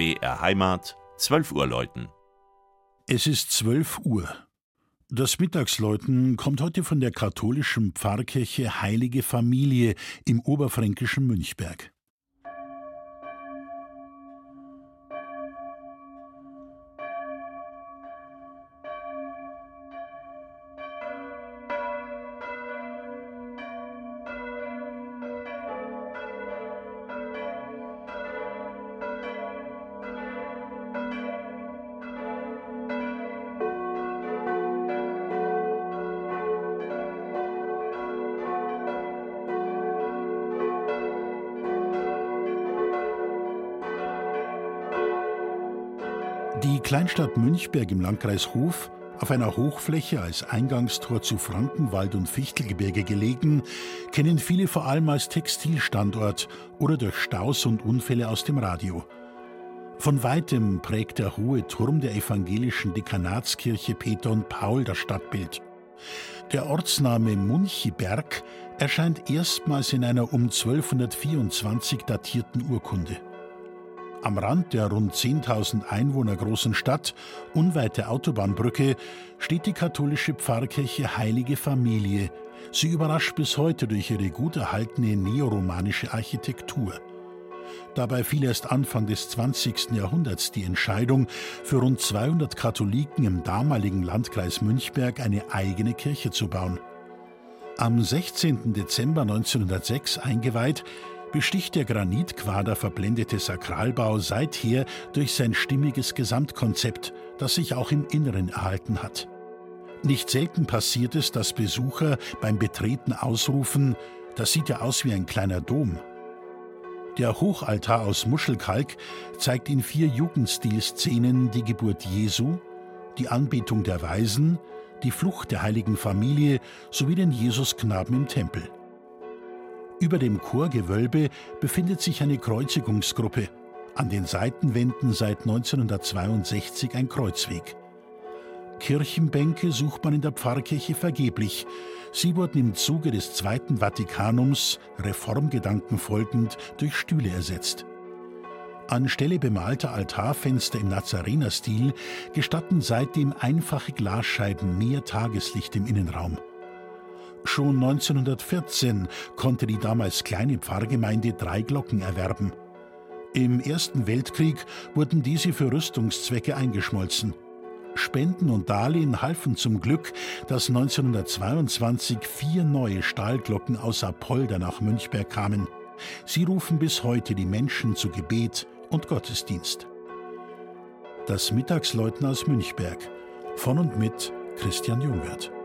BR Heimat, 12 Uhr läuten. Es ist 12 Uhr. Das Mittagsläuten kommt heute von der katholischen Pfarrkirche Heilige Familie im oberfränkischen Münchberg. Die Kleinstadt Münchberg im Landkreis Hof, auf einer Hochfläche als Eingangstor zu Frankenwald und Fichtelgebirge gelegen, kennen viele vor allem als Textilstandort oder durch Staus und Unfälle aus dem Radio. Von weitem prägt der hohe Turm der evangelischen Dekanatskirche Peter und Paul das Stadtbild. Der Ortsname Munchiberg erscheint erstmals in einer um 1224 datierten Urkunde. Am Rand der rund 10.000 Einwohner großen Stadt, unweit der Autobahnbrücke, steht die katholische Pfarrkirche Heilige Familie. Sie überrascht bis heute durch ihre gut erhaltene neoromanische Architektur. Dabei fiel erst Anfang des 20. Jahrhunderts die Entscheidung, für rund 200 Katholiken im damaligen Landkreis Münchberg eine eigene Kirche zu bauen. Am 16. Dezember 1906 eingeweiht, besticht der Granitquader verblendete Sakralbau seither durch sein stimmiges Gesamtkonzept, das sich auch im Inneren erhalten hat. Nicht selten passiert es, dass Besucher beim Betreten ausrufen: „Das sieht ja aus wie ein kleiner Dom." Der Hochaltar aus Muschelkalk zeigt in 4 Jugendstilszenen die Geburt Jesu, die Anbetung der Weisen, die Flucht der heiligen Familie sowie den Jesusknaben im Tempel. Über dem Chorgewölbe befindet sich eine Kreuzigungsgruppe, an den Seitenwänden seit 1962 ein Kreuzweg. Kirchenbänke sucht man in der Pfarrkirche vergeblich. Sie wurden im Zuge des Zweiten Vatikanums, Reformgedanken folgend, durch Stühle ersetzt. Anstelle bemalter Altarfenster im Nazarenerstil gestatten seitdem einfache Glasscheiben mehr Tageslicht im Innenraum. Schon 1914 konnte die damals kleine Pfarrgemeinde 3 Glocken erwerben. Im Ersten Weltkrieg wurden diese für Rüstungszwecke eingeschmolzen. Spenden und Darlehen halfen zum Glück, dass 1922 4 neue Stahlglocken aus Apolda nach Münchberg kamen. Sie rufen bis heute die Menschen zu Gebet und Gottesdienst. Das Mittagsläuten aus Münchberg von und mit Christian Jungwirth.